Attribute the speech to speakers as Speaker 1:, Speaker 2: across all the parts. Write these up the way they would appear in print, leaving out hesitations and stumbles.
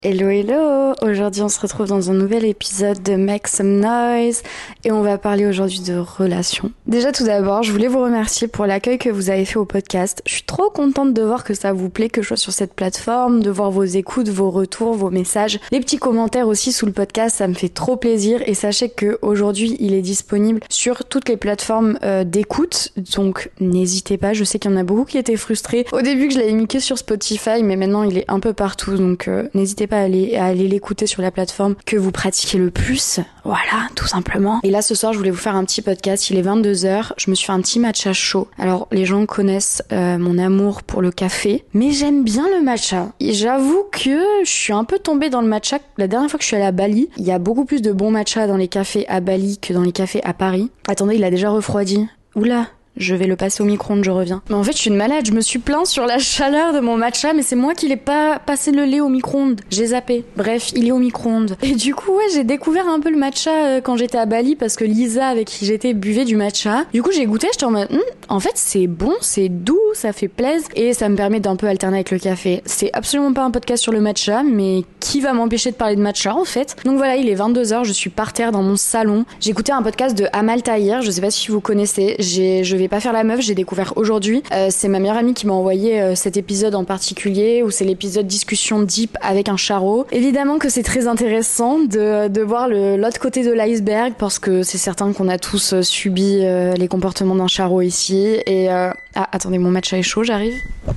Speaker 1: Hello hello, aujourd'hui on se retrouve dans un nouvel épisode de Make Some Noise et on va parler aujourd'hui de relations. Déjà tout d'abord, je voulais vous remercier pour l'accueil que vous avez fait au podcast. Je suis trop contente de voir que ça vous plaît que je sois sur cette plateforme, de voir vos écoutes, vos retours, vos messages, les petits commentaires aussi sous le podcast, ça me fait trop plaisir et sachez que aujourd'hui il est disponible sur toutes les plateformes d'écoute, donc n'hésitez pas, je sais qu'il y en a beaucoup qui étaient frustrés au début que je l'avais mis que sur Spotify mais maintenant il est un peu partout donc n'hésitez pas à aller l'écouter sur la plateforme que vous pratiquez le plus. Voilà, tout simplement. Et là, ce soir, je voulais vous faire un petit podcast. Il est 22h. Je me suis fait un petit matcha chaud. Alors, les gens connaissent mon amour pour le café, mais j'aime bien le matcha. Et j'avoue que je suis un peu tombée dans le matcha. La dernière fois que je suis allée à Bali, il y a beaucoup plus de bons matchas dans les cafés à Bali que dans les cafés à Paris. Attendez, il a déjà refroidi. Oula, je vais le passer au micro-ondes, je reviens. Mais en fait, je suis une malade, je me suis plaint sur la chaleur de mon matcha, mais c'est moi qui l'ai pas passé le lait au micro-ondes. J'ai zappé. Bref, il est au micro-ondes. Et du coup, ouais, j'ai découvert un peu le matcha quand j'étais à Bali, parce que Lisa, avec qui j'étais, buvait du matcha. Du coup, j'ai goûté, j'étais en mode, en fait, c'est bon, c'est doux, ça fait plaisir, et ça me permet d'un peu alterner avec le café. C'est absolument pas un podcast sur le matcha, mais qui va m'empêcher de parler de matcha, en fait? Donc voilà, il est 22h, je suis par terre dans mon salon. J'ai écouté un podcast de Amal Tahir, je sais pas si vous connaissez, je vais pas faire la meuf, j'ai découvert aujourd'hui. C'est ma meilleure amie qui m'a envoyé cet épisode en particulier, où c'est l'épisode discussion deep avec un charreau. Évidemment que c'est très intéressant de voir l'autre côté de l'iceberg, parce que c'est certain qu'on a tous subi les comportements d'un charreau ici. Et attendez, mon matcha est chaud, j'arrive.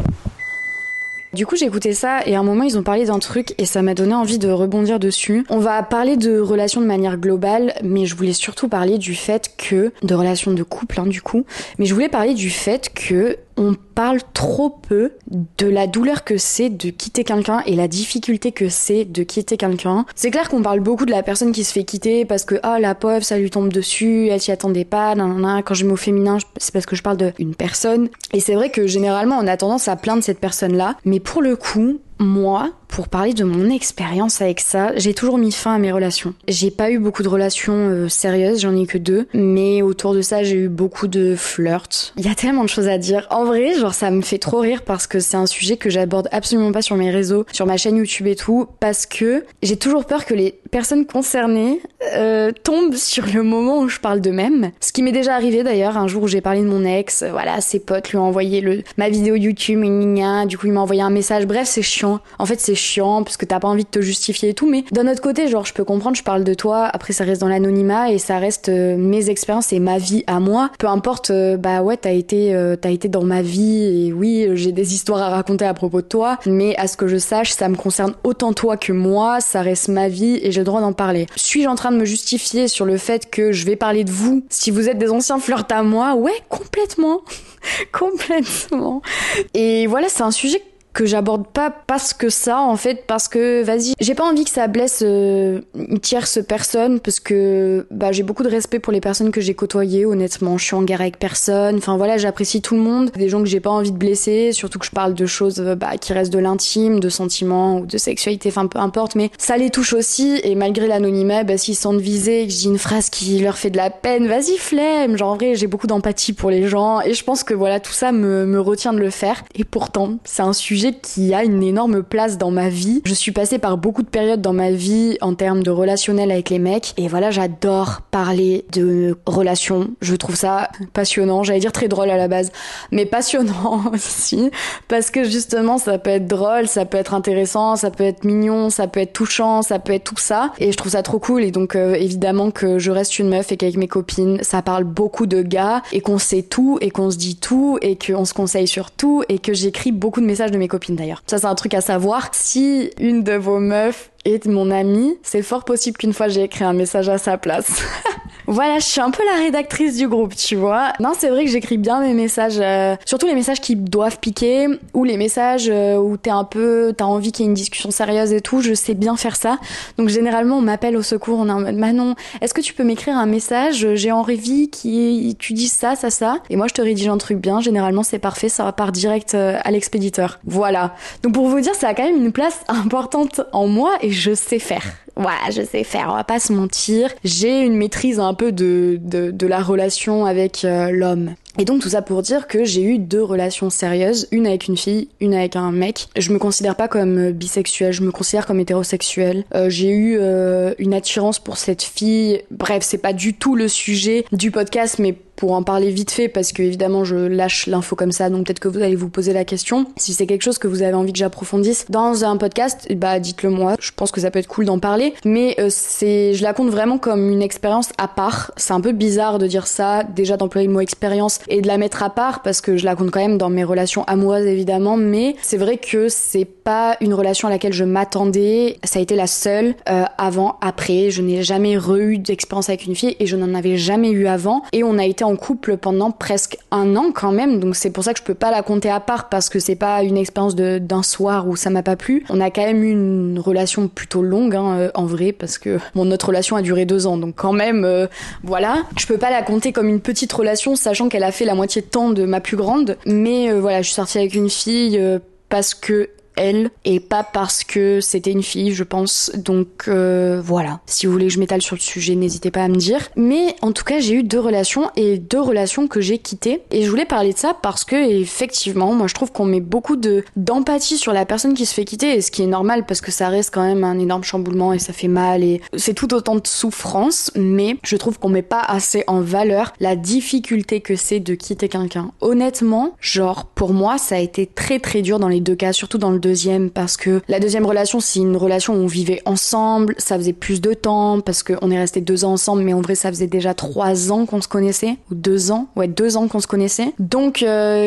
Speaker 1: Du coup, j'ai écouté ça et à un moment, ils ont parlé d'un truc et ça m'a donné envie de rebondir dessus. On va parler de relations de manière globale, mais je voulais surtout parler du fait que... de relations de couple, du coup. Mais je voulais parler du fait que on parle trop peu de la douleur que c'est de quitter quelqu'un et la difficulté que c'est de quitter quelqu'un. C'est clair qu'on parle beaucoup de la personne qui se fait quitter parce que la pauvre, ça lui tombe dessus, elle s'y attendait pas, nanana. Quand je mets au féminin, c'est parce que je parle d'une personne. Et c'est vrai que généralement, on a tendance à plaindre cette personne-là, mais pour le coup, moi, pour parler de mon expérience avec ça, j'ai toujours mis fin à mes relations. J'ai pas eu beaucoup de relations sérieuses, j'en ai eu que 2, mais autour de ça, j'ai eu beaucoup de flirts. Il y a tellement de choses à dire. En vrai, ça me fait trop rire parce que c'est un sujet que j'aborde absolument pas sur mes réseaux, sur ma chaîne YouTube et tout, parce que j'ai toujours peur que les personnes concernées tombent sur le moment où je parle d'eux-mêmes. Ce qui m'est déjà arrivé d'ailleurs, un jour où j'ai parlé de mon ex, voilà, ses potes lui ont envoyé ma vidéo YouTube, du coup il m'a envoyé un message, bref, c'est chiant. En fait, c'est chiant parce que t'as pas envie de te justifier et tout, mais d'un autre côté, je peux comprendre, je parle de toi, après ça reste dans l'anonymat et ça reste mes expériences et ma vie à moi. Peu importe, ouais, t'as été dans ma vie et oui, j'ai des histoires à raconter à propos de toi, mais à ce que je sache, ça me concerne autant toi que moi, ça reste ma vie et j'ai le droit d'en parler. Suis-je en train de me justifier sur le fait que je vais parler de vous si vous êtes des anciens flirts à moi? Ouais, complètement. Complètement. Et voilà, c'est un sujet que j'aborde pas parce que ça, en fait, parce que, vas-y, j'ai pas envie que ça blesse une tierce personne, parce que, j'ai beaucoup de respect pour les personnes que j'ai côtoyées, honnêtement, je suis en guerre avec personne, enfin voilà, j'apprécie tout le monde, des gens que j'ai pas envie de blesser, surtout que je parle de choses, qui restent de l'intime, de sentiments, ou de sexualité, enfin peu importe, mais ça les touche aussi, et malgré l'anonymat, s'ils se sentent visés, et que je dis une phrase qui leur fait de la peine, vas-y, flemme, en vrai, j'ai beaucoup d'empathie pour les gens, et je pense que voilà, tout ça me retient de le faire, et pourtant, c'est un sujet qui a une énorme place dans ma vie. Je suis passée par beaucoup de périodes dans ma vie en termes de relationnel avec les mecs et voilà, j'adore parler de relations. Je trouve ça passionnant, j'allais dire très drôle à la base, mais passionnant aussi parce que justement ça peut être drôle, ça peut être intéressant, ça peut être mignon, ça peut être touchant, ça peut être tout ça et je trouve ça trop cool et donc évidemment que je reste une meuf et qu'avec mes copines ça parle beaucoup de gars et qu'on sait tout et qu'on se dit tout et qu'on se conseille sur tout et que j'écris beaucoup de messages de mes copines d'ailleurs. Ça c'est un truc à savoir. Si une de vos meufs est mon amie, c'est fort possible qu'une fois j'ai écrit un message à sa place. Voilà, je suis un peu la rédactrice du groupe, tu vois. Non, c'est vrai que j'écris bien mes messages, surtout les messages qui doivent piquer, ou les messages où t'as envie qu'il y ait une discussion sérieuse et tout, je sais bien faire ça. Donc généralement, on m'appelle au secours, on est en mode, Manon, est-ce que tu peux m'écrire un message, j'ai envie tu dis ça, et moi je te rédige un truc bien, généralement c'est parfait, ça part direct à l'expéditeur. Voilà. Donc pour vous dire, ça a quand même une place importante en moi et je sais faire. Voilà, je sais faire, on va pas se mentir. J'ai une maîtrise un peu de la relation avec l'homme. Et donc tout ça pour dire que j'ai eu 2 relations sérieuses, une avec une fille, une avec un mec. Je me considère pas comme bisexuelle, je me considère comme hétérosexuelle. J'ai eu une attirance pour cette fille. Bref, c'est pas du tout le sujet du podcast, mais pour en parler vite fait, parce que évidemment je lâche l'info comme ça, donc peut-être que vous allez vous poser la question. Si c'est quelque chose que vous avez envie que j'approfondisse dans un podcast, bah dites-le moi. Je pense que ça peut être cool d'en parler, mais je la compte vraiment comme une expérience à part. C'est un peu bizarre de dire ça, déjà d'employer le mot expérience et de la mettre à part, parce que je la compte quand même dans mes relations amoureuses évidemment, mais c'est vrai que c'est pas une relation à laquelle je m'attendais. Ça a été la seule. Avant, après, je n'ai jamais eu d'expérience avec une fille et je n'en avais jamais eu avant. Et on a été en couple pendant presque 1 an quand même, donc c'est pour ça que je peux pas la compter à part, parce que c'est pas une expérience d'un soir où ça m'a pas plu. On a quand même eu une relation plutôt longue en vrai, parce que notre relation a duré 2 ans, donc quand même voilà. Je peux pas la compter comme une petite relation, sachant qu'elle a fait la moitié de temps de ma plus grande, mais voilà, je suis sortie avec une fille parce que elle, et pas parce que c'était une fille, je pense. Donc voilà. Si vous voulez que je m'étale sur le sujet, n'hésitez pas à me dire. Mais en tout cas, j'ai eu 2 relations, et 2 relations que j'ai quittées. Et je voulais parler de ça parce que effectivement, moi je trouve qu'on met beaucoup d'empathie sur la personne qui se fait quitter, et ce qui est normal parce que ça reste quand même un énorme chamboulement et ça fait mal et c'est tout autant de souffrance, mais je trouve qu'on met pas assez en valeur la difficulté que c'est de quitter quelqu'un. Honnêtement, genre pour moi, ça a été très très dur dans les 2 cas, surtout dans le deuxième, parce que la deuxième relation, c'est une relation où on vivait ensemble, ça faisait plus de temps, parce qu'on est resté 2 ans ensemble, mais en vrai ça faisait déjà 3 ans qu'on se connaissait, ou 2 ans, ouais 2 ans qu'on se connaissait, donc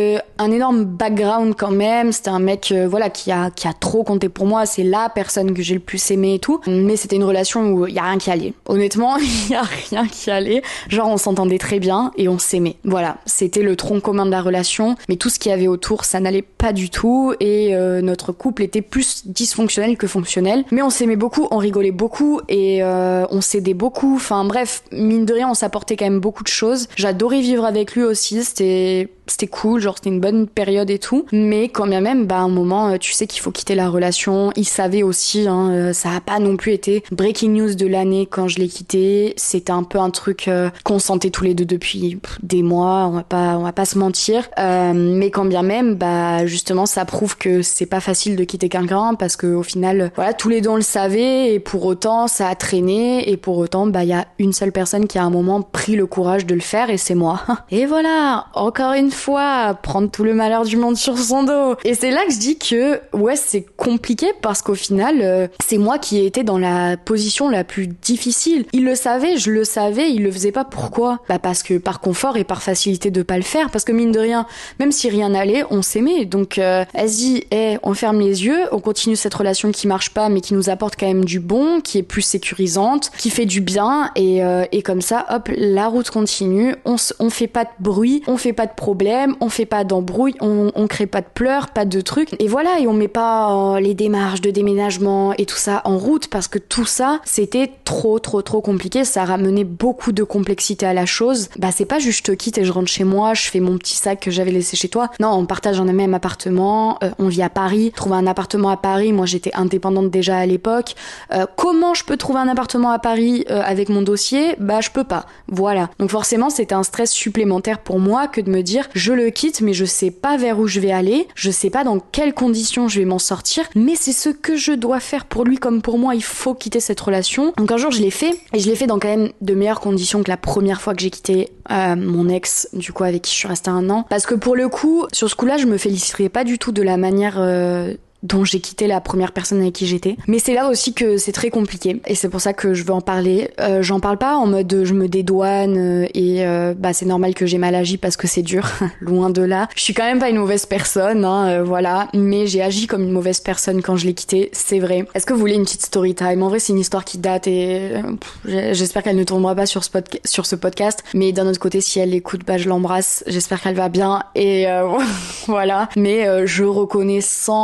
Speaker 1: un énorme background quand même. C'était un mec voilà qui a trop compté pour moi, c'est la personne que j'ai le plus aimé et tout, mais c'était une relation où il y a rien qui allait, honnêtement il y a rien qui allait, genre on s'entendait très bien et on s'aimait, voilà, c'était le tronc commun de la relation, mais tout ce qu'il y avait autour ça n'allait pas du tout, et notre couple était plus dysfonctionnel que fonctionnel, mais on s'aimait beaucoup, on rigolait beaucoup et on s'aidait beaucoup, enfin bref, mine de rien on s'apportait quand même beaucoup de choses. J'adorais vivre avec lui aussi, c'était cool, genre c'était une bonne période et tout, mais quand bien même, bah à un moment tu sais qu'il faut quitter la relation. Il savait aussi, ça a pas non plus été breaking news de l'année quand je l'ai quitté, c'était un peu un truc qu'on sentait tous les deux depuis des mois, on va pas se mentir, mais quand bien même, bah justement ça prouve que c'est pas facile de quitter quelqu'un, parce que au final, voilà, tous les deux on le savait, et pour autant ça a traîné, et pour autant bah il y a une seule personne qui a à un moment pris le courage de le faire, et c'est moi. Et voilà, encore une fois, prendre tout le malheur du monde sur son dos. Et c'est là que je dis que ouais, c'est compliqué, parce qu'au final c'est moi qui ai été dans la position la plus difficile. Il le savait, je le savais, il le faisait pas. Pourquoi? Bah parce que par confort et par facilité de pas le faire, parce que mine de rien, même si rien n'allait, on s'aimait, donc vas-y, on ferme les yeux, on continue cette relation qui marche pas mais qui nous apporte quand même du bon, qui est plus sécurisante, qui fait du bien, et comme ça hop, la route continue, on fait pas de bruit, on fait pas de problème, on fait pas d'embrouille, on crée pas de pleurs, pas de trucs, et voilà, et on met pas les démarches de déménagement et tout ça en route, parce que tout ça c'était trop compliqué, ça ramenait beaucoup de complexité à la chose. Bah c'est pas juste je te quitte et je rentre chez moi, je fais mon petit sac que j'avais laissé chez toi, non, on partage un même appartement, on vit à Paris, trouver un appartement à Paris, moi j'étais indépendante déjà à l'époque, comment je peux trouver un appartement à Paris avec mon dossier? Bah je peux pas, voilà. Donc forcément c'était un stress supplémentaire pour moi que de me dire je le quitte mais je sais pas vers où je vais aller, je sais pas dans quelles conditions je vais m'en sortir, mais c'est ce que je dois faire pour lui comme pour moi, il faut quitter cette relation. Donc un jour je l'ai fait, et je l'ai fait dans quand même de meilleures conditions que la première fois que j'ai quitté mon ex, du coup avec qui je suis restée 1 an, parce que pour le coup sur ce coup-là je me féliciterais pas du tout de la manière dont j'ai quitté la première personne avec qui j'étais, mais c'est là aussi que c'est très compliqué, et c'est pour ça que je veux en parler. J'en parle pas en mode je me dédouane et bah c'est normal que j'ai mal agi parce que c'est dur, loin de là. Je suis quand même pas une mauvaise personne, voilà, mais j'ai agi comme une mauvaise personne quand je l'ai quitté, c'est vrai. Est-ce que vous voulez une petite story time? En vrai c'est une histoire qui date, et j'espère qu'elle ne tournera pas sur ce podcast, mais d'un autre côté si elle l'écoute, bah je l'embrasse, j'espère qu'elle va bien, et voilà. Mais je reconnais 100%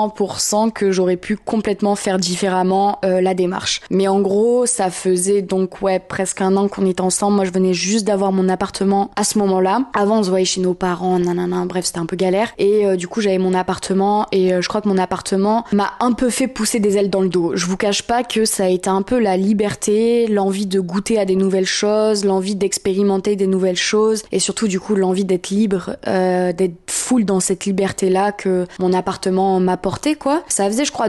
Speaker 1: 100% que j'aurais pu complètement faire différemment la démarche. Mais en gros, ça faisait donc presque un an qu'on était ensemble. Moi, je venais juste d'avoir mon appartement à ce moment-là. Avant, on se voyait chez nos parents, bref, c'était un peu galère. Et du coup, j'avais mon appartement et je crois que mon appartement m'a un peu fait pousser des ailes dans le dos. Je vous cache pas que ça a été un peu la liberté, l'envie de goûter à des nouvelles choses, l'envie d'expérimenter des nouvelles choses et surtout du coup l'envie d'être libre, d'être full dans cette liberté-là que mon appartement m'apportait quoi. Ça faisait je crois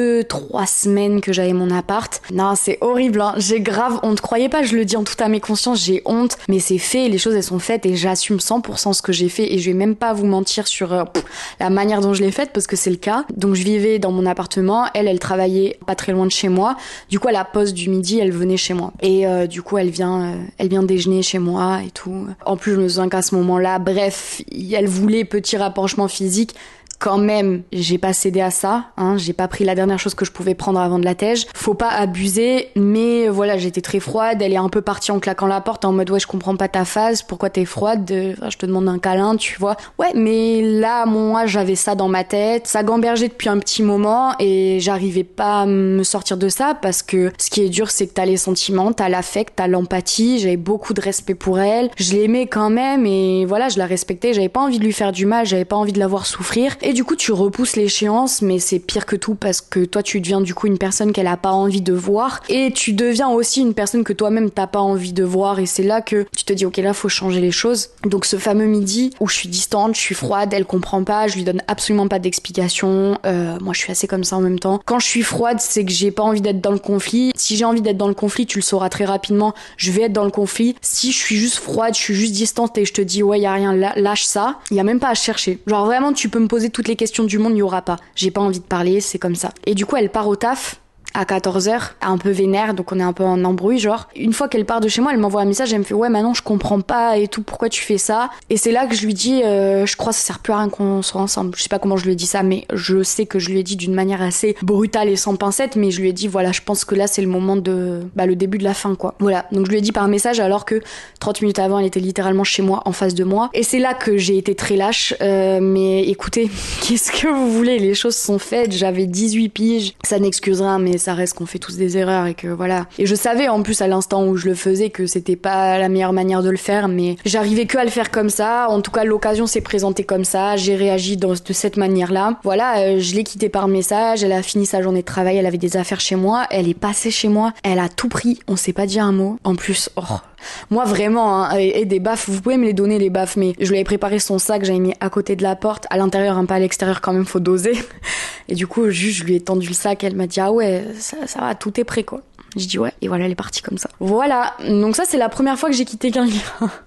Speaker 1: 2-3 semaines que j'avais mon appart. Non, c'est horrible, hein. J'ai grave honte. Croyez pas, je le dis en toute à mes consciences, j'ai honte, mais c'est fait, les choses elles sont faites et j'assume 100% ce que j'ai fait et je vais même pas vous mentir sur la manière dont je l'ai faite parce que c'est le cas. Donc je vivais dans mon appartement, elle travaillait pas très loin de chez moi. Du coup à la pause du midi, elle venait chez moi. Et du coup elle vient déjeuner chez moi et tout. En plus je me souviens qu'à ce moment-là, bref, elle voulait petit rapprochement physique. Quand même, j'ai pas cédé à ça, hein, j'ai pas pris la dernière chose que je pouvais prendre avant de la tège. Faut pas abuser, mais voilà, j'étais très froide, elle est un peu partie en claquant la porte en mode ouais, je comprends pas ta phase, pourquoi t'es froide, je te demande un câlin, tu vois. Ouais, mais là, moi, j'avais ça dans ma tête, ça gambergeait depuis un petit moment et j'arrivais pas à me sortir de ça parce que ce qui est dur, c'est que t'as les sentiments, t'as l'affect, t'as l'empathie, j'avais beaucoup de respect pour elle, je l'aimais quand même et voilà, je la respectais, j'avais pas envie de lui faire du mal, j'avais pas envie de la voir souffrir. Et du coup, tu repousses l'échéance, mais c'est pire que tout parce que toi, tu deviens du coup une personne qu'elle a pas envie de voir et tu deviens aussi une personne que toi-même t'as pas envie de voir et c'est là que tu te dis ok, là, faut changer les choses. Donc ce fameux midi où je suis distante, je suis froide, elle comprend pas, je lui donne absolument pas d'explication. Moi, je suis assez comme ça en même temps. Quand je suis froide, c'est que j'ai pas envie d'être dans le conflit. Si j'ai envie d'être dans le conflit, tu le sauras très rapidement, je vais être dans le conflit. Si je suis juste froide, je suis juste distante et je te dis ouais, y a rien, lâche ça, y a même pas à chercher. Genre vraiment, tu peux me poser toutes les questions du monde, il y aura pas. J'ai pas envie de parler, c'est comme ça. Et du coup, elle part au taf à 14h, un peu vénère, donc on est un peu en embrouille, genre. Une fois qu'elle part de chez moi, elle m'envoie un message, elle me fait « Ouais, Manon, je comprends pas et tout, pourquoi tu fais ça ?» Et c'est là que je lui dis « Je crois que ça sert plus à rien qu'on soit ensemble. » Je sais pas comment je lui ai dit ça, mais je sais que je lui ai dit d'une manière assez brutale et sans pincette, mais je lui ai dit « Voilà, je pense que là, c'est le moment de... le début de la fin, quoi. » Voilà, donc je lui ai dit par message, alors que 30 minutes avant, elle était littéralement chez moi, en face de moi. Et c'est là que j'ai été très lâche, mais écoutez, qu'est-ce que vous voulez, les choses sont faites, j'avais 18 piges, ça n'excuse rien, mais ça reste qu'on fait tous des erreurs et que voilà. Et je savais en plus à l'instant où je le faisais que c'était pas la meilleure manière de le faire, mais j'arrivais que à le faire comme ça. En tout cas, l'occasion s'est présentée comme ça. J'ai réagi de cette manière-là. Voilà, je l'ai quittée par message. Elle a fini sa journée de travail. Elle avait des affaires chez moi. Elle est passée chez moi. Elle a tout pris. On s'est pas dit un mot. En plus, moi vraiment, hein, et des baffes, vous pouvez me les donner les baffes, mais je lui avais préparé son sac, j'avais mis à côté de la porte, à l'intérieur, pas à l'extérieur quand même, faut doser. Et du coup, juste, je lui ai tendu le sac, elle m'a dit ah ouais, ça va, tout est prêt quoi. J'ai dit ouais, et voilà, elle est partie comme ça. Voilà, donc ça c'est la première fois que j'ai quitté quelqu'un.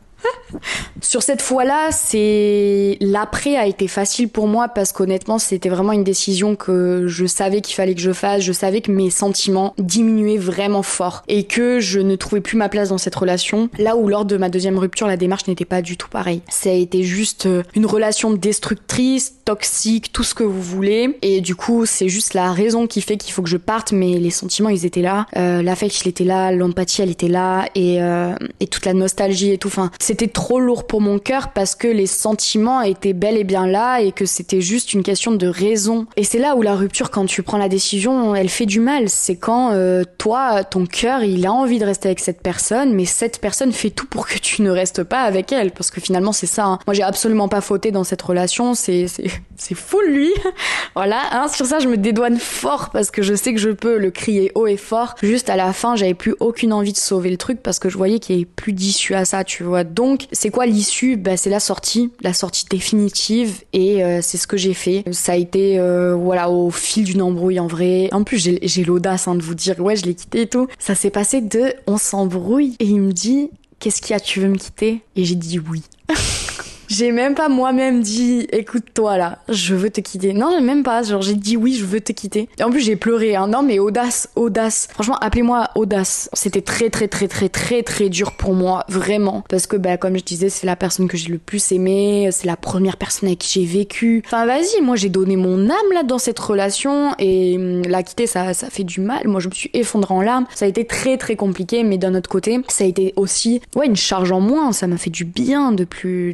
Speaker 1: Sur cette fois-là, l'après a été facile pour moi parce qu'honnêtement, c'était vraiment une décision que je savais qu'il fallait que je fasse. Je savais que mes sentiments diminuaient vraiment fort et que je ne trouvais plus ma place dans cette relation. Là où lors de ma deuxième rupture, la démarche n'était pas du tout pareille. Ça a été juste une relation destructrice, toxique, tout ce que vous voulez. Et du coup, c'est juste la raison qui fait qu'il faut que je parte, mais les sentiments, ils étaient là. L'affect, il était là, l'empathie, elle était là et toute la nostalgie et tout. Enfin, c'était trop lourd pour mon cœur parce que les sentiments étaient bel et bien là et que c'était juste une question de raison. Et c'est là où la rupture, quand tu prends la décision, elle fait du mal. C'est quand toi, ton cœur, il a envie de rester avec cette personne, mais cette personne fait tout pour que tu ne restes pas avec elle. Parce que finalement, c'est ça. Hein. Moi, j'ai absolument pas fauté dans cette relation. C'est fou, lui. Voilà. Hein, sur ça, je me dédouane fort parce que je sais que je peux le crier haut et fort. Juste à la fin, j'avais plus aucune envie de sauver le truc parce que je voyais qu'il y avait plus d'issue à ça, tu vois. Donc, c'est quoi l'issue ? C'est la sortie définitive et c'est ce que j'ai fait. Ça a été au fil d'une embrouille en vrai. En plus, j'ai l'audace de vous dire ouais, je l'ai quitté et tout. Ça s'est passé on s'embrouille et il me dit qu'est-ce qu'il y a, tu veux me quitter ? Et j'ai dit oui. J'ai même pas moi-même dit écoute-toi là, je veux te quitter. Non, j'ai même pas, j'ai dit oui, je veux te quitter. Et en plus j'ai pleuré hein. Non mais audace. Franchement, appelez-moi audace. C'était très très très très très très dur pour moi, vraiment, parce que comme je disais, c'est la personne que j'ai le plus aimée, c'est la première personne avec qui j'ai vécu. Enfin vas-y, moi j'ai donné mon âme là dans cette relation et la quitter ça fait du mal. Moi je me suis effondrée en larmes. Ça a été très très compliqué, mais d'un autre côté, ça a été aussi une charge en moins, ça m'a fait du bien de plus être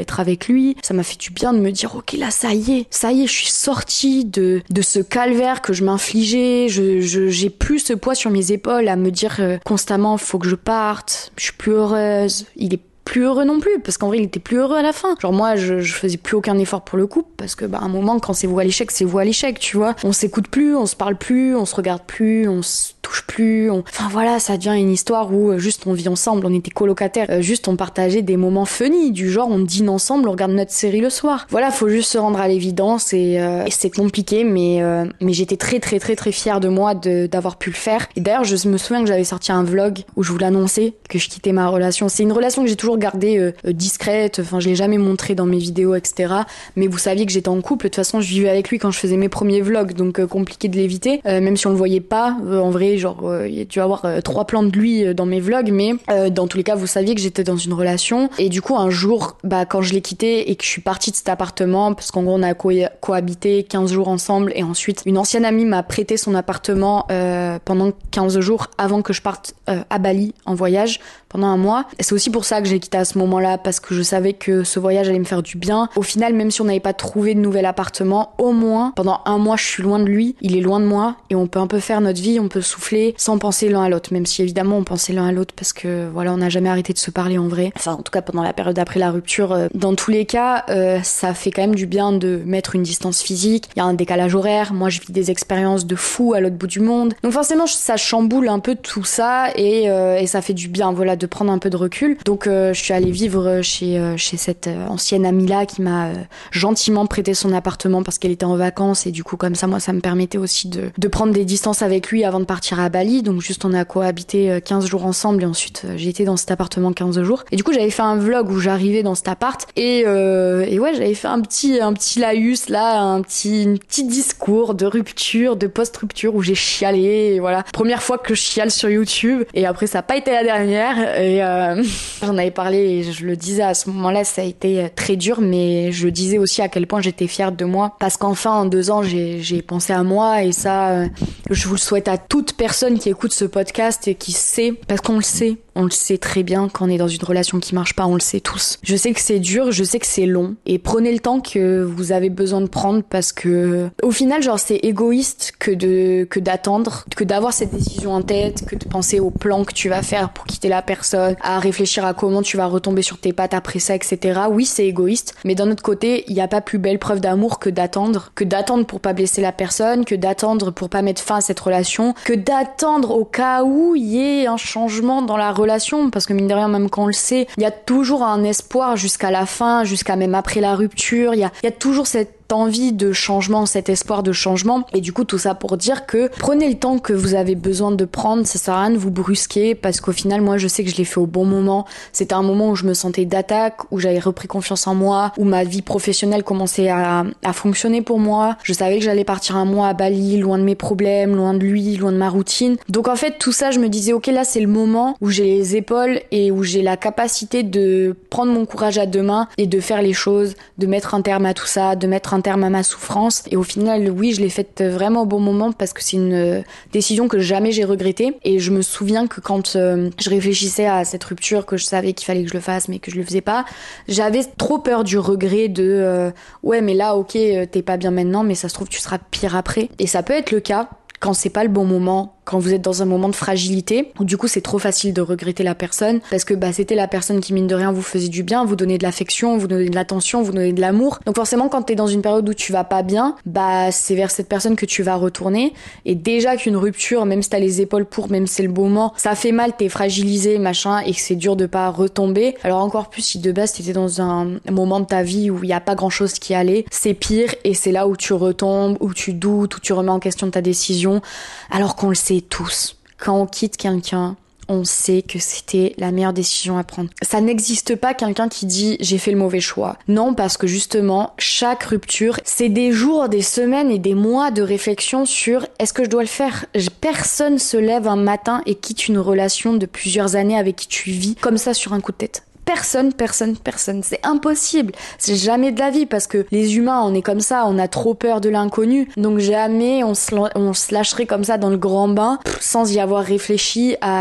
Speaker 1: être avec lui. Ça m'a fait du bien de me dire ok là ça y est, je suis sortie de ce calvaire que je m'infligeais. J'ai plus ce poids sur mes épaules à me dire constamment faut que je parte, je suis plus heureuse. Il est plus heureux non plus, parce qu'en vrai il était plus heureux à la fin. Genre moi je faisais plus aucun effort pour le couple, parce que à un moment quand c'est vous à l'échec, tu vois. On s'écoute plus, on se parle plus, on se regarde plus, on se touche plus, enfin voilà, ça devient une histoire où juste on vit ensemble, on était colocataires, juste on partageait des moments funny, du genre on dîne ensemble, on regarde notre série le soir. Voilà, faut juste se rendre à l'évidence et c'est compliqué, mais j'étais très très très très fière de moi d'avoir pu le faire. Et d'ailleurs je me souviens que j'avais sorti un vlog où je voulais annoncer que je quittais ma relation. C'est une relation que j'ai toujours gardée discrète, enfin je l'ai jamais montrée dans mes vidéos, etc. Mais vous saviez que j'étais en couple, de toute façon je vivais avec lui quand je faisais mes premiers vlogs, donc compliqué de l'éviter, même si on le voyait pas, en vrai genre tu vas avoir 3 plans de lui dans mes vlogs, mais dans tous les cas vous saviez que j'étais dans une relation. Et du coup un jour quand je l'ai quitté et que je suis partie de cet appartement, parce qu'en gros on a cohabité 15 jours ensemble, et ensuite une ancienne amie m'a prêté son appartement pendant 15 jours avant que je parte à Bali en voyage pendant un mois. Et c'est aussi pour ça que j'ai quitté à ce moment-là, parce que je savais que ce voyage allait me faire du bien. Au final, même si on n'avait pas trouvé de nouvel appartement, au moins pendant un mois je suis loin de lui, il est loin de moi, et on peut un peu faire notre vie, on peut souffler sans penser l'un à l'autre, même si évidemment on pensait l'un à l'autre parce que voilà, on n'a jamais arrêté de se parler en vrai, enfin en tout cas pendant la période après la rupture. Dans tous les cas ça fait quand même du bien de mettre une distance physique. Il y a un décalage horaire, moi je vis des expériences de fou à l'autre bout du monde, donc forcément ça chamboule un peu tout ça, et ça fait du bien, voilà, de prendre un peu de recul. Donc je suis allée vivre chez cette ancienne amie là qui m'a gentiment prêté son appartement parce qu'elle était en vacances, et du coup comme ça moi ça me permettait aussi de prendre des distances avec lui avant de partir à Bali. Donc juste on a cohabité 15 jours ensemble, et ensuite j'ai été dans cet appartement 15 jours, et du coup j'avais fait un vlog où j'arrivais dans cet appart, et ouais j'avais fait un petit laïus là, un petit discours de rupture, de post-rupture, où j'ai chialé, et voilà, première fois que je chiale sur YouTube, et après ça a pas été la dernière, et j'en avais parlé et je le disais à ce moment-là, ça a été très dur, mais je disais aussi à quel point j'étais fière de moi, parce qu'enfin en 2 ans j'ai pensé à moi, et ça je vous le souhaite à toute personne qui écoute ce podcast et qui sait, parce qu'on le sait très bien quand on est dans une relation qui marche pas, on le sait tous. Je sais que c'est dur, je sais que c'est long, et prenez le temps que vous avez besoin de prendre, parce que au final genre c'est égoïste que d'attendre, que d'avoir cette décision en tête, que de penser au plan que tu vas faire pour quitter la personne, à réfléchir à comment tu vas retomber sur tes pattes après ça, etc. Oui, c'est égoïste, mais d'un autre côté, il n'y a pas plus belle preuve d'amour que d'attendre pour pas blesser la personne, que d'attendre pour pas mettre fin à cette relation, que d'attendre au cas où il y ait un changement dans la relation, parce que mine de rien, même quand on le sait, il y a toujours un espoir jusqu'à la fin, jusqu'à même après la rupture, il y a toujours cette envie de changement, cet espoir de changement. Et du coup tout ça pour dire que prenez le temps que vous avez besoin de prendre, ça sert à rien de vous brusquer, parce qu'au final moi je sais que je l'ai fait au bon moment. C'était un moment où je me sentais d'attaque, où j'avais repris confiance en moi, où ma vie professionnelle commençait à fonctionner pour moi. Je savais que j'allais partir un mois à Bali, loin de mes problèmes, loin de lui, loin de ma routine. Donc en fait tout ça je me disais ok, là c'est le moment où j'ai les épaules et où j'ai la capacité de prendre mon courage à 2 mains et de faire les choses, de mettre un terme à tout ça, de mettre un terme à ma souffrance. Et au final oui, je l'ai faite vraiment au bon moment, parce que c'est une décision que jamais j'ai regrettée. Et je me souviens que quand je réfléchissais à cette rupture, que je savais qu'il fallait que je le fasse mais que je le faisais pas, j'avais trop peur du regret de ouais mais là ok t'es pas bien maintenant, mais ça se trouve tu seras pire après. Et ça peut être le cas quand c'est pas le bon moment, quand vous êtes dans un moment de fragilité, où du coup c'est trop facile de regretter la personne, parce que c'était la personne qui mine de rien vous faisait du bien, vous donnait de l'affection, vous donnait de l'attention, vous donnait de l'amour. Donc forcément quand t'es dans une période où tu vas pas bien, c'est vers cette personne que tu vas retourner. Et déjà qu'une rupture, même si t'as les épaules pour, même si c'est le bon moment, ça fait mal, t'es fragilisé, machin, et que c'est dur de pas retomber. Alors encore plus si de base t'étais dans un moment de ta vie où il y a pas grand chose qui allait, c'est pire, et c'est là où tu retombes, où tu doutes, où tu remets en question ta décision, alors qu'on le sait tous. Quand on quitte quelqu'un, on sait que c'était la meilleure décision à prendre. Ça n'existe pas quelqu'un qui dit j'ai fait le mauvais choix. Non, parce que justement, chaque rupture, c'est des jours, des semaines et des mois de réflexion sur est-ce que je dois le faire. Personne se lève un matin et quitte une relation de plusieurs années avec qui tu vis comme ça sur un coup de tête. Personne. C'est impossible. C'est jamais de la vie, parce que les humains, on est comme ça, on a trop peur de l'inconnu. Donc jamais on se lâcherait comme ça dans le grand bain sans y avoir réfléchi à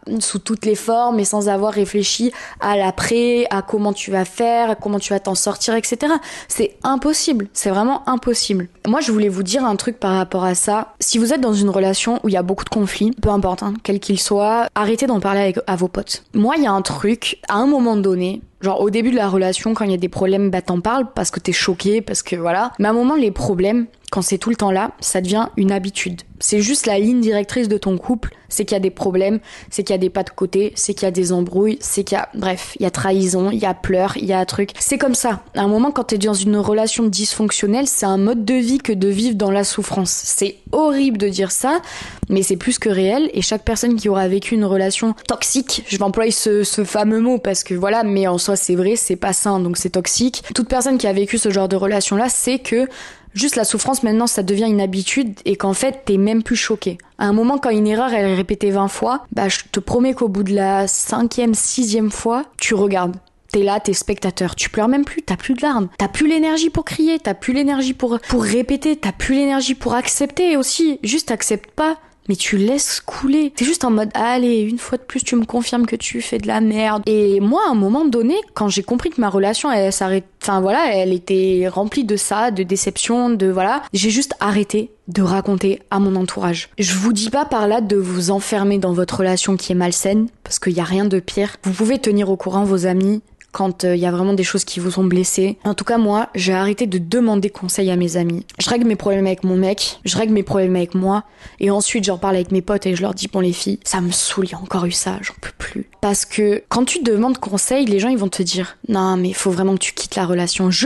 Speaker 1: sous toutes les formes et sans avoir réfléchi à l'après, à comment tu vas faire, à comment tu vas t'en sortir, etc. C'est impossible, c'est vraiment impossible. Moi, je voulais vous dire un truc par rapport à ça. Si vous êtes dans une relation où il y a beaucoup de conflits, peu importe, quel qu'il soit, arrêtez d'en parler à vos potes. Moi, il y a un truc, à un moment donné, genre au début de la relation, quand il y a des problèmes, t'en parles parce que t'es choqué, parce que voilà. Mais à un moment, les problèmes, quand c'est tout le temps là, ça devient une habitude. C'est juste la ligne directrice de ton couple, c'est qu'il y a des problèmes, c'est qu'il y a des pas de côté, c'est qu'il y a des embrouilles, c'est qu'il y a, bref, il y a trahison, il y a pleurs, il y a un truc. C'est comme ça. À un moment, quand t'es dans une relation dysfonctionnelle, c'est un mode de vie que de vivre dans la souffrance. C'est horrible de dire ça, mais c'est plus que réel, et chaque personne qui aura vécu une relation toxique, je vais employer ce fameux mot parce que voilà, mais en soi c'est vrai, c'est pas sain, donc c'est toxique. Toute personne qui a vécu ce genre de relation-là sait que juste la souffrance, maintenant, ça devient une habitude et qu'en fait, t'es même plus choqué. À un moment, quand une erreur, elle est répétée 20 fois, je te promets qu'au bout de la 5e, 6e fois, tu regardes. T'es là, t'es spectateur. Tu pleures même plus, t'as plus de larmes. T'as plus l'énergie pour crier, t'as plus l'énergie pour répéter, t'as plus l'énergie pour accepter aussi. Juste accepte pas. Mais tu laisses couler. T'es juste en mode, allez, une fois de plus, tu me confirmes que tu fais de la merde. Et moi, à un moment donné, quand j'ai compris que ma relation, elle s'arrête, elle était remplie de ça, de déception, j'ai juste arrêté de raconter à mon entourage. Je vous dis pas par là de vous enfermer dans votre relation qui est malsaine, parce qu'il y a rien de pire. Vous pouvez tenir au courant vos amis, quand il y a vraiment des choses qui vous ont blessé. En tout cas, moi, j'ai arrêté de demander conseil à mes amis. Je règle mes problèmes avec mon mec, je règle mes problèmes avec moi, et ensuite j'en parle avec mes potes et je leur dis, bon les filles, ça me saoule, il y a encore eu ça, j'en peux plus. Parce que quand tu demandes conseil, les gens ils vont te dire, non mais il faut vraiment que tu quittes la relation. Je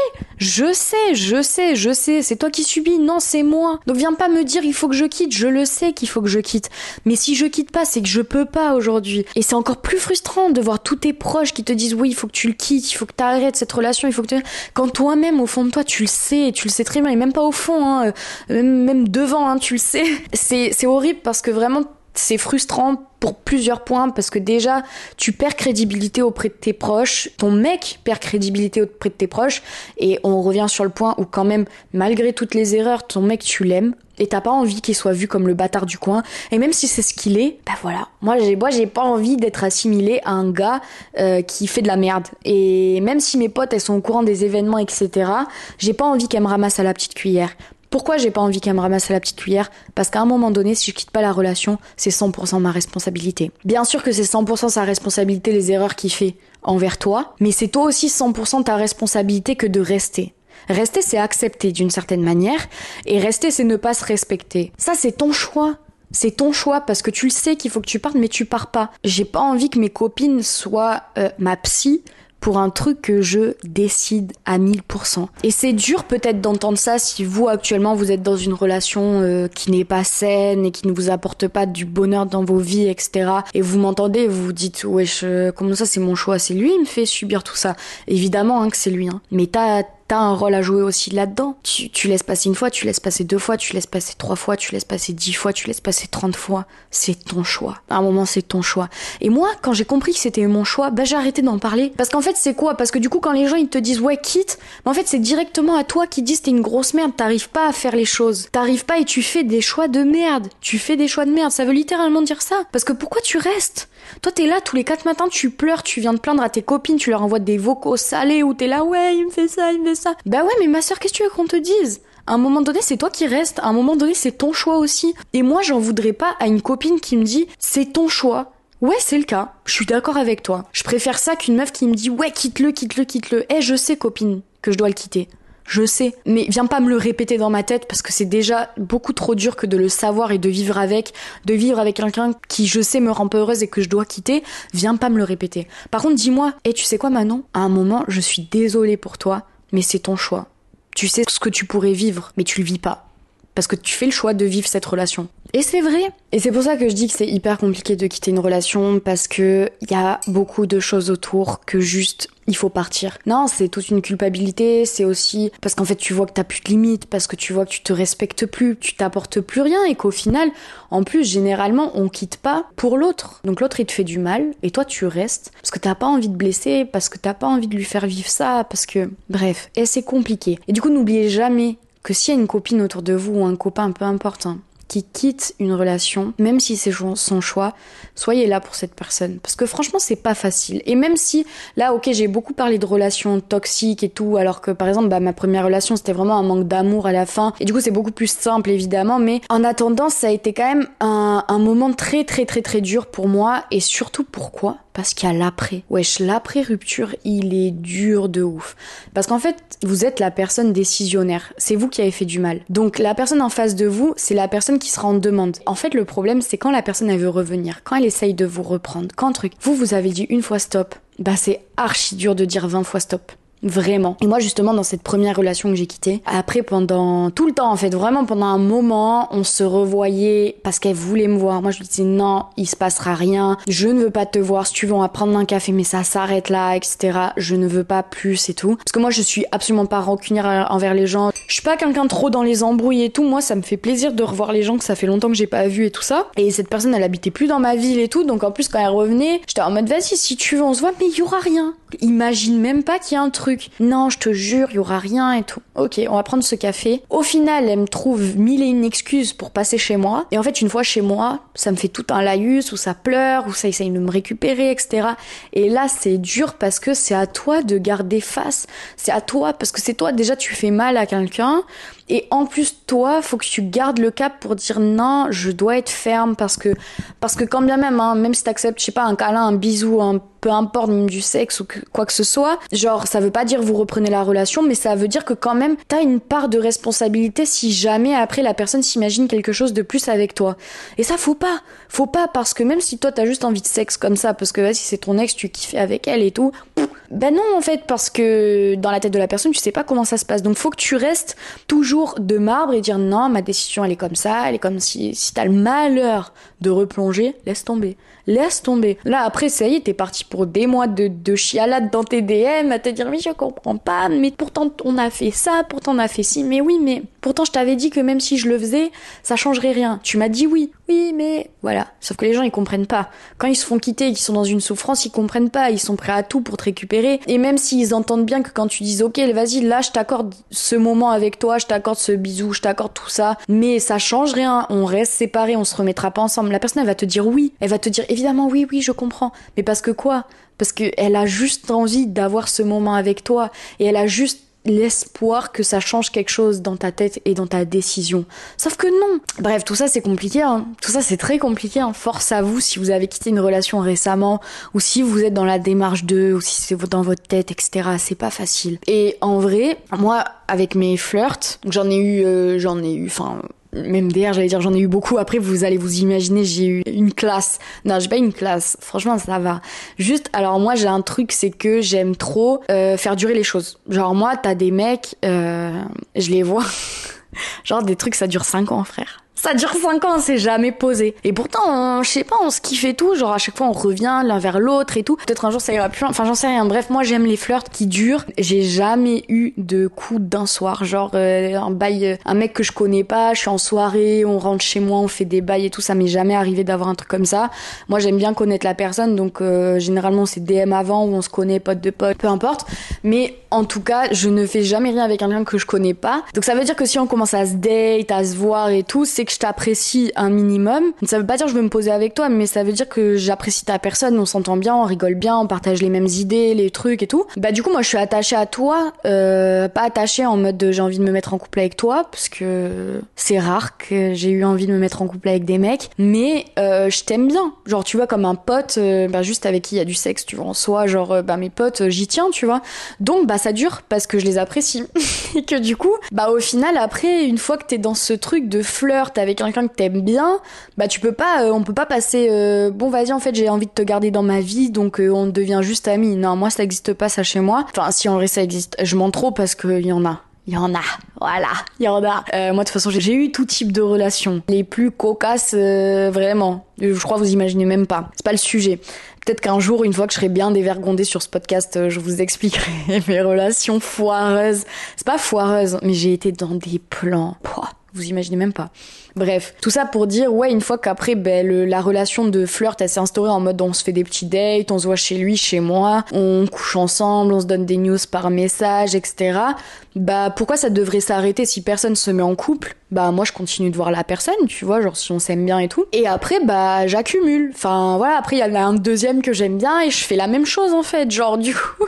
Speaker 1: sais, c'est toi qui subis, non c'est moi. Donc viens pas me dire il faut que je quitte, je le sais qu'il faut que je quitte. Mais si je quitte pas, c'est que je peux pas aujourd'hui. Et c'est encore plus frustrant de voir tous tes proches qui te disent, oui, il faut que tu le quittes, il faut que tu arrêtes cette relation, il faut que tu... Quand toi-même, au fond de toi, tu le sais très bien, et même pas au fond, même devant, tu le sais. C'est horrible parce que vraiment, c'est frustrant pour plusieurs points, parce que déjà, tu perds crédibilité auprès de tes proches, ton mec perd crédibilité auprès de tes proches, et on revient sur le point où quand même, malgré toutes les erreurs, ton mec, tu l'aimes, et t'as pas envie qu'il soit vu comme le bâtard du coin, et même si c'est ce qu'il est, voilà. Moi, j'ai pas envie d'être assimilée à un gars qui fait de la merde. Et même si mes potes, elles sont au courant des événements, etc., j'ai pas envie qu'elles me ramassent à la petite cuillère. Pourquoi j'ai pas envie qu'elle me ramasse à la petite cuillère ? Parce qu'à un moment donné, si je quitte pas la relation, c'est 100% ma responsabilité. Bien sûr que c'est 100% sa responsabilité, les erreurs qu'il fait envers toi, mais c'est toi aussi 100% ta responsabilité que de rester. Rester, c'est accepter d'une certaine manière, et rester, c'est ne pas se respecter. Ça, c'est ton choix. C'est ton choix parce que tu le sais qu'il faut que tu partes, mais tu pars pas. J'ai pas envie que mes copines soient ma psy pour un truc que je décide à 1000%. Et c'est dur peut-être d'entendre ça si vous actuellement vous êtes dans une relation qui n'est pas saine et qui ne vous apporte pas du bonheur dans vos vies, etc. Et vous m'entendez et vous vous dites wesh, comment ça c'est mon choix, c'est lui qui me fait subir tout ça. Évidemment que c'est lui, mais t'as un rôle à jouer aussi là-dedans. Tu laisses passer une fois, tu laisses passer 2 fois, tu laisses passer 3 fois, tu laisses passer 10 fois, tu laisses passer 30 fois. C'est ton choix. À un moment, c'est ton choix. Et moi, quand j'ai compris que c'était mon choix, j'ai arrêté d'en parler. Parce qu'en fait, c'est quoi ? Parce que du coup, quand les gens, ils te disent, ouais, quitte, en fait, c'est directement à toi qui disent, t'es une grosse merde, t'arrives pas à faire les choses. T'arrives pas et tu fais des choix de merde. Tu fais des choix de merde. Ça veut littéralement dire ça. Parce que pourquoi tu restes ? Toi, t'es là tous les 4 matins, tu pleures, tu viens de plaindre à tes copines, tu leur envoies des vocaux salés où t'es là, ouais, il me fait ça, il me fait ça. Ouais, mais ma soeur, qu'est-ce que tu veux qu'on te dise ? À un moment donné, c'est toi qui restes. À un moment donné, c'est ton choix aussi. Et moi, j'en voudrais pas à une copine qui me dit, c'est ton choix. Ouais, c'est le cas. Je suis d'accord avec toi. Je préfère ça qu'une meuf qui me dit, ouais, quitte-le. Je sais, copine, que je dois le quitter. Je sais, mais viens pas me le répéter dans ma tête parce que c'est déjà beaucoup trop dur que de le savoir et de vivre avec quelqu'un qui je sais me rend pas heureuse et que je dois quitter. Viens pas me le répéter. Par contre, dis-moi, tu sais quoi Manon ? À un moment, je suis désolée pour toi, mais c'est ton choix. Tu sais ce que tu pourrais vivre, mais tu le vis pas. Parce que tu fais le choix de vivre cette relation. Et c'est vrai. Et c'est pour ça que je dis que c'est hyper compliqué de quitter une relation parce que y a beaucoup de choses autour que juste il faut partir. Non, c'est toute une culpabilité, c'est aussi parce qu'en fait tu vois que t'as plus de limites, parce que tu vois que tu te respectes plus, tu t'apportes plus rien et qu'au final, en plus généralement on quitte pas pour l'autre. Donc l'autre il te fait du mal et toi tu restes parce que t'as pas envie de blesser, parce que t'as pas envie de lui faire vivre ça, parce que bref, et c'est compliqué. Et du coup n'oubliez jamais que s'il y a une copine autour de vous ou un copain, peu importe, qui quitte une relation, même si c'est son choix, soyez là pour cette personne. Parce que franchement, c'est pas facile. Et même si, là, ok, j'ai beaucoup parlé de relations toxiques et tout, alors que par exemple, ma première relation, c'était vraiment un manque d'amour à la fin. Et du coup, c'est beaucoup plus simple, évidemment. Mais en attendant, ça a été quand même un moment très, très, très, très dur pour moi. Et surtout, pourquoi ? Parce qu'il y a l'après. Wesh, l'après-rupture, il est dur de ouf. Parce qu'en fait, vous êtes la personne décisionnaire. C'est vous qui avez fait du mal. Donc, la personne en face de vous, c'est la personne qui sera en demande. En fait, le problème, c'est quand la personne, elle veut revenir. Quand elle essaye de vous reprendre. Quand vous avez dit une fois stop, c'est archi dur de dire 20 fois stop. Vraiment. Et moi, justement, dans cette première relation que j'ai quittée, après, pendant tout le temps, en fait, vraiment pendant un moment, on se revoyait parce qu'elle voulait me voir. Moi, je lui disais non, il se passera rien. Je ne veux pas te voir. Si tu veux, on va prendre un café, mais ça s'arrête là, etc. Je ne veux pas plus et tout. Parce que moi, je suis absolument pas rancunière envers les gens. Je suis pas quelqu'un trop dans les embrouilles et tout. Moi, ça me fait plaisir de revoir les gens que ça fait longtemps que j'ai pas vu et tout ça. Et cette personne, elle habitait plus dans ma ville et tout. Donc, en plus, quand elle revenait, j'étais en mode, vas-y, si tu veux, on se voit, mais il y aura rien. Imagine même pas qu'il y a un truc. Non, je te jure, il y aura rien et tout. Ok, on va prendre ce café. Au final, elle me trouve mille et une excuses pour passer chez moi. Et en fait, une fois chez moi, ça me fait tout un laïus, ou ça pleure, ou ça essaye de me récupérer, etc. Et là, c'est dur parce que c'est à toi de garder face. C'est à toi, parce que c'est toi, déjà, tu fais mal à quelqu'un. Et en plus, toi, faut que tu gardes le cap pour dire non, je dois être ferme parce que quand bien même, même si t'acceptes, je sais pas, un câlin, un bisou, peu importe, même du sexe ou quoi que ce soit, genre, ça veut pas dire vous reprenez la relation, mais ça veut dire que quand même, t'as une part de responsabilité si jamais après la personne s'imagine quelque chose de plus avec toi. Et ça, faut pas parce que même si toi t'as juste envie de sexe comme ça, parce que vas-y, c'est ton ex, tu kiffes avec elle et tout, non, en fait, parce que dans la tête de la personne, tu sais pas comment ça se passe. Donc, faut que tu restes toujours de marbre et dire non, ma décision, elle est comme ça, elle est comme si t'as le malheur de replonger, laisse tomber. Là, après, ça y est, t'es parti pour des mois de chialade dans tes DM à te dire, oui, je comprends pas, mais pourtant, on a fait ça, pourtant, on a fait ci, mais oui, mais pourtant, je t'avais dit que même si je le faisais, ça changerait rien. Tu m'as dit oui, mais voilà. Sauf que les gens, ils comprennent pas. Quand ils se font quitter et qu'ils sont dans une souffrance, ils comprennent pas. Ils sont prêts à tout pour te récupérer. Et même s'ils entendent bien que quand tu dis, ok, vas-y, là, je t'accorde ce moment avec toi, je t'accorde ce bisou, je t'accorde tout ça, mais ça change rien. On reste séparés, on se remettra pas ensemble. La personne, elle va te dire oui. Elle va te dire, évidemment, oui, je comprends. Mais parce que quoi? Parce qu'elle a juste envie d'avoir ce moment avec toi. Et elle a juste l'espoir que ça change quelque chose dans ta tête et dans ta décision. Sauf que non. Bref, tout ça c'est compliqué, tout ça c'est très compliqué, Force à vous si vous avez quitté une relation récemment, ou si vous êtes dans la démarche de, ou si c'est dans votre tête, etc. C'est pas facile. Et en vrai, moi, avec mes flirts, j'en ai eu, même d'ailleurs, j'allais dire j'en ai eu beaucoup. Après, vous allez vous imaginer, j'ai eu une classe. Non, j'ai pas une classe. Franchement, ça va. Juste, alors moi, j'ai un truc, c'est que j'aime trop faire durer les choses. Genre moi, t'as des mecs, je les vois. Genre des trucs, ça dure 5 ans, frère. Ça dure 5 ans, on s'est jamais posé. Et pourtant, je sais pas, on se kiffe et tout. Genre, à chaque fois, on revient l'un vers l'autre et tout. Peut-être un jour, ça ira plus loin. Enfin, j'en sais rien. Bref, moi, j'aime les flirts qui durent. J'ai jamais eu de coup d'un soir. Genre, un bail, un mec que je connais pas, je suis en soirée, on rentre chez moi, on fait des bails et tout. Ça m'est jamais arrivé d'avoir un truc comme ça. Moi, j'aime bien connaître la personne. Donc, généralement, c'est DM avant ou on se connaît, pote de pote, peu importe. Mais, en tout cas, je ne fais jamais rien avec quelqu'un que je connais pas. Donc, ça veut dire que si on commence à se date, à se voir et tout, c'est que je t'apprécie un minimum. Ça veut pas dire que je veux me poser avec toi, mais ça veut dire que j'apprécie ta personne, on s'entend bien, on rigole bien, on partage les mêmes idées, les trucs et tout. Du coup, moi, je suis attachée à toi, pas attachée en mode j'ai envie de me mettre en couple avec toi, parce que c'est rare que j'ai eu envie de me mettre en couple avec des mecs, mais je t'aime bien. Genre, tu vois, comme un pote, juste avec qui il y a du sexe, tu vois, en soi, genre, mes potes, j'y tiens, tu vois. Donc, ça dure parce que je les apprécie. Et que du coup, au final, après, une fois que t'es dans ce truc de flirt avec quelqu'un que t'aimes bien, tu peux pas, on peut pas passer, bon, vas-y, en fait, j'ai envie de te garder dans ma vie, donc on devient juste amis. Non, moi, ça existe pas, ça, chez moi. Enfin, si en vrai, ça existe. Je mens trop parce qu'il y en a. Il y en a, voilà, il y en a. Moi, de toute façon, j'ai eu tout type de relations. Les plus cocasses, vraiment. Je crois que vous imaginez même pas. C'est pas le sujet. Peut-être qu'un jour, une fois que je serai bien dévergondée sur ce podcast, je vous expliquerai mes relations foireuses. C'est pas foireuse, mais j'ai été dans des plans. vous imaginez même pas. Bref, tout ça pour dire, ouais, une fois qu'après, la relation de flirt, elle s'est instaurée en mode on se fait des petits dates, on se voit chez lui, chez moi, on couche ensemble, on se donne des news par message, etc. Pourquoi ça devrait s'arrêter si personne se met en couple? Moi, je continue de voir la personne, tu vois, genre si on s'aime bien et tout. Et après, j'accumule. Enfin, voilà, après, il y en a un deuxième que j'aime bien et je fais la même chose, en fait. Genre, du coup,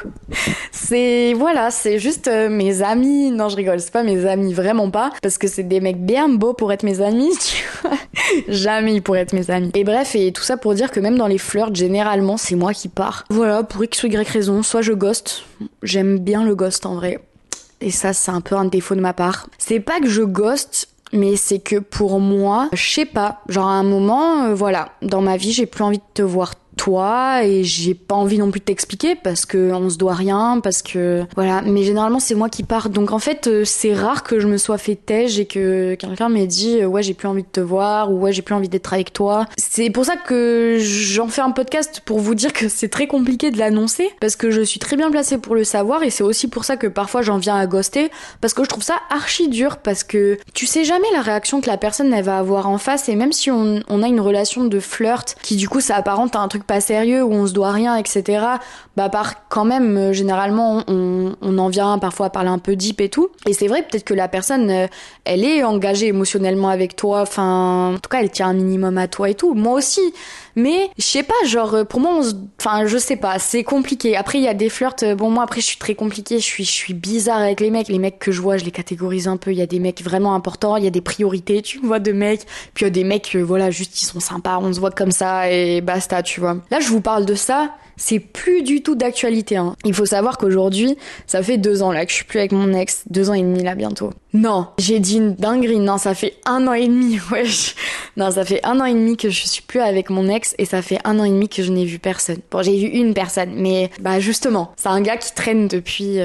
Speaker 1: c'est juste mes amis. Non, je rigole, c'est pas mes amis, vraiment pas. Parce que c'est des mecs bien beaux pour être mes amis, tu vois. Jamais ils pourraient être mes amis. Et bref, et tout ça pour dire que même dans les flirts, généralement, c'est moi qui pars. Voilà, pour X ou Y raison, soit je ghost. J'aime bien le ghost, en vrai. Et ça, c'est un peu un défaut de ma part. C'est pas que je ghost, mais c'est que pour moi, je sais pas, genre à un moment, voilà, dans ma vie, j'ai plus envie de te voir toi et j'ai pas envie non plus de t'expliquer parce que on se doit rien, parce que voilà, mais généralement c'est moi qui pars. Donc en fait, c'est rare que je me sois fait têche et que quelqu'un m'ait dit ouais, j'ai plus envie de te voir ou ouais, j'ai plus envie d'être avec toi. C'est pour ça que j'en fais un podcast pour vous dire que c'est très compliqué de l'annoncer parce que je suis très bien placée pour le savoir et c'est aussi pour ça que parfois j'en viens à ghoster parce que je trouve ça archi dur parce que tu sais jamais la réaction que la personne elle va avoir en face et même si on a une relation de flirt qui du coup ça apparente à un truc pas sérieux où on se doit rien, etc. Quand même, généralement, on en vient parfois à parler un peu deep et tout. Et c'est vrai, peut-être que la personne, elle est engagée émotionnellement avec toi. Enfin, en tout cas, elle tient un minimum à toi et tout. Moi aussi. Mais, je sais pas, genre, pour moi, je sais pas, c'est compliqué. Après, il y a des flirts, moi, après, je suis très compliquée. Je suis bizarre avec les mecs. Les mecs que je vois, je les catégorise un peu. Il y a des mecs vraiment importants. Il y a des priorités, tu vois, de mecs. Puis il y a des mecs, voilà, juste, ils sont sympas. On se voit comme ça et basta, tu vois. Là, je vous parle de ça. C'est plus du tout d'actualité, hein. Il faut savoir qu'aujourd'hui, ça fait 2 ans là que je suis plus avec mon ex. 2 ans et demi là bientôt. Non, j'ai dit une dinguerie. Non, ça fait 1 an et demi, wesh. Non, ça fait 1 an et demi que je suis plus avec mon ex et ça fait 1 an et demi que je n'ai vu personne. Bon, j'ai vu une personne, mais justement, c'est un gars qui traîne depuis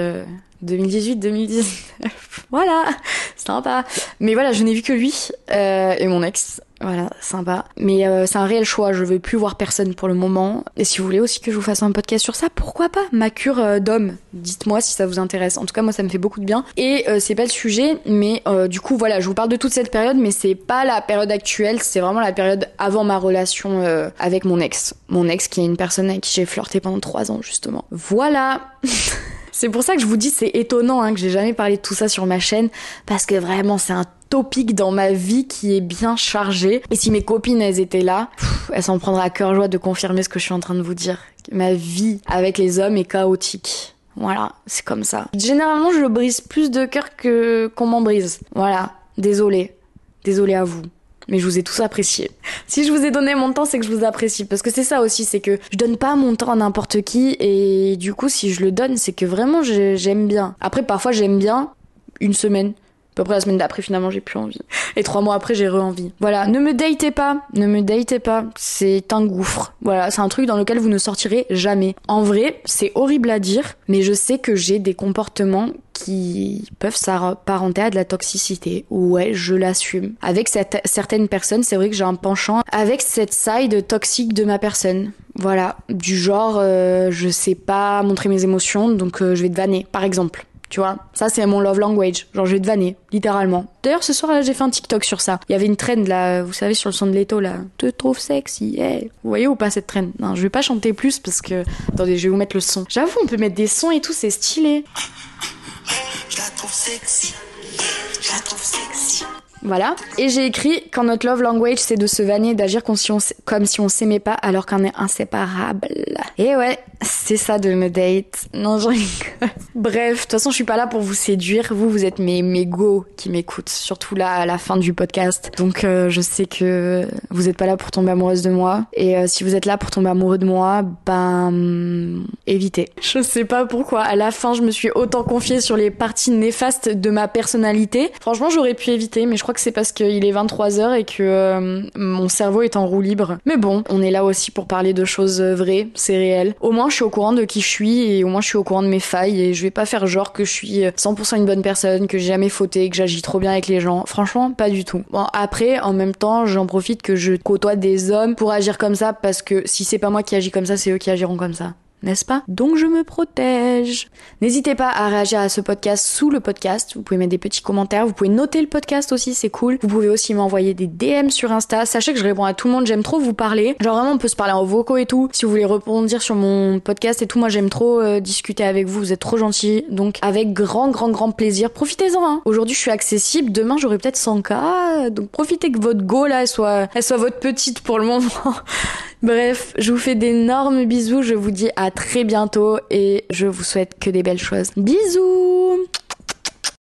Speaker 1: 2018-2019. Voilà, sympa. Mais voilà, je n'ai vu que lui et mon ex. Voilà, sympa. Mais c'est un réel choix, je veux plus voir personne pour le moment. Et si vous voulez aussi que je vous fasse un podcast sur ça, pourquoi pas? Ma cure d'homme, dites-moi si ça vous intéresse. En tout cas, moi ça me fait beaucoup de bien. Et c'est pas le sujet, mais du coup voilà, je vous parle de toute cette période, mais c'est pas la période actuelle, c'est vraiment la période avant ma relation avec mon ex. Mon ex qui est une personne avec qui j'ai flirté pendant 3 ans justement. Voilà. C'est pour ça que je vous dis c'est étonnant que j'ai jamais parlé de tout ça sur ma chaîne, parce que vraiment c'est un topic dans ma vie qui est bien chargé. Et si mes copines elles étaient là, elles s'en prendraient à cœur joie de confirmer ce que je suis en train de vous dire. Ma vie avec les hommes est chaotique. Voilà, c'est comme ça. Généralement je brise plus de cœur qu'on m'en brise. Voilà, désolée à vous. Mais je vous ai tous apprécié. Si je vous ai donné mon temps, c'est que je vous apprécie. Parce que c'est ça aussi, c'est que je donne pas mon temps à n'importe qui. Et du coup, si je le donne, c'est que vraiment j'aime bien. Après, parfois, j'aime bien 1 semaine. À peu près la semaine d'après, finalement, j'ai plus envie. Et 3 mois après, j'ai re-envie. Voilà, ne me datez pas. C'est un gouffre. Voilà, c'est un truc dans lequel vous ne sortirez jamais. En vrai, c'est horrible à dire, mais je sais que j'ai des comportements qui peuvent s'apparenter à de la toxicité. Ouais, je l'assume. Avec certaines personnes, c'est vrai que j'ai un penchant avec cette side toxique de ma personne. Voilà, du genre, je sais pas montrer mes émotions, donc je vais te vanner, par exemple. Tu vois, ça c'est mon love language. Genre je vais te vanner, littéralement. D'ailleurs ce soir là j'ai fait un TikTok sur ça. Il y avait une trend là, vous savez sur le son de Leto là. Te trouve sexy, hey. Vous voyez ou pas cette trend? Non, je vais pas chanter plus parce que... Attendez, je vais vous mettre le son. J'avoue, on peut mettre des sons et tout, c'est stylé. Je la trouve sexy. Voilà. Et j'ai écrit quand notre love language c'est de se vanner, d'agir comme si on s'aimait pas alors qu'on est inséparables. Et ouais, c'est ça de me date. Non, je rigole. Bref, de toute façon, je suis pas là pour vous séduire. Vous êtes mes go qui m'écoutent. Surtout là, à la fin du podcast. Donc, je sais que vous êtes pas là pour tomber amoureuse de moi. Et si vous êtes là pour tomber amoureux de moi, évitez. Je sais pas pourquoi. À la fin, je me suis autant confiée sur les parties néfastes de ma personnalité. Franchement, j'aurais pu éviter, mais je crois que c'est parce qu'il est 23h et que mon cerveau est en roue libre. Mais bon, on est là aussi pour parler de choses vraies, c'est réel. Au moins, je suis au courant de qui je suis et au moins, je suis au courant de mes failles et je vais pas faire genre que je suis 100% une bonne personne, que j'ai jamais fauté, que j'agis trop bien avec les gens. Franchement, pas du tout. Bon, après, en même temps, j'en profite que je côtoie des hommes pour agir comme ça parce que si c'est pas moi qui agis comme ça, c'est eux qui agiront comme ça. n'est-ce pas? Donc je me protège. N'hésitez pas à réagir à ce podcast sous le podcast. Vous pouvez mettre des petits commentaires. Vous pouvez noter le podcast aussi, c'est cool. Vous pouvez aussi m'envoyer des DM sur Insta. Sachez que je réponds à tout le monde. J'aime trop vous parler. Genre vraiment, on peut se parler en vocaux et tout. Si vous voulez rebondir sur mon podcast et tout, moi j'aime trop discuter avec vous. Vous êtes trop gentils. Donc avec grand plaisir. Profitez-en, hein. Aujourd'hui, je suis accessible. Demain, j'aurai peut-être 100K. Donc profitez que votre go là, elle soit votre petite pour le moment. Bref, je vous fais d'énormes bisous. Je vous dis à très bientôt et je vous souhaite que des belles choses. Bisous!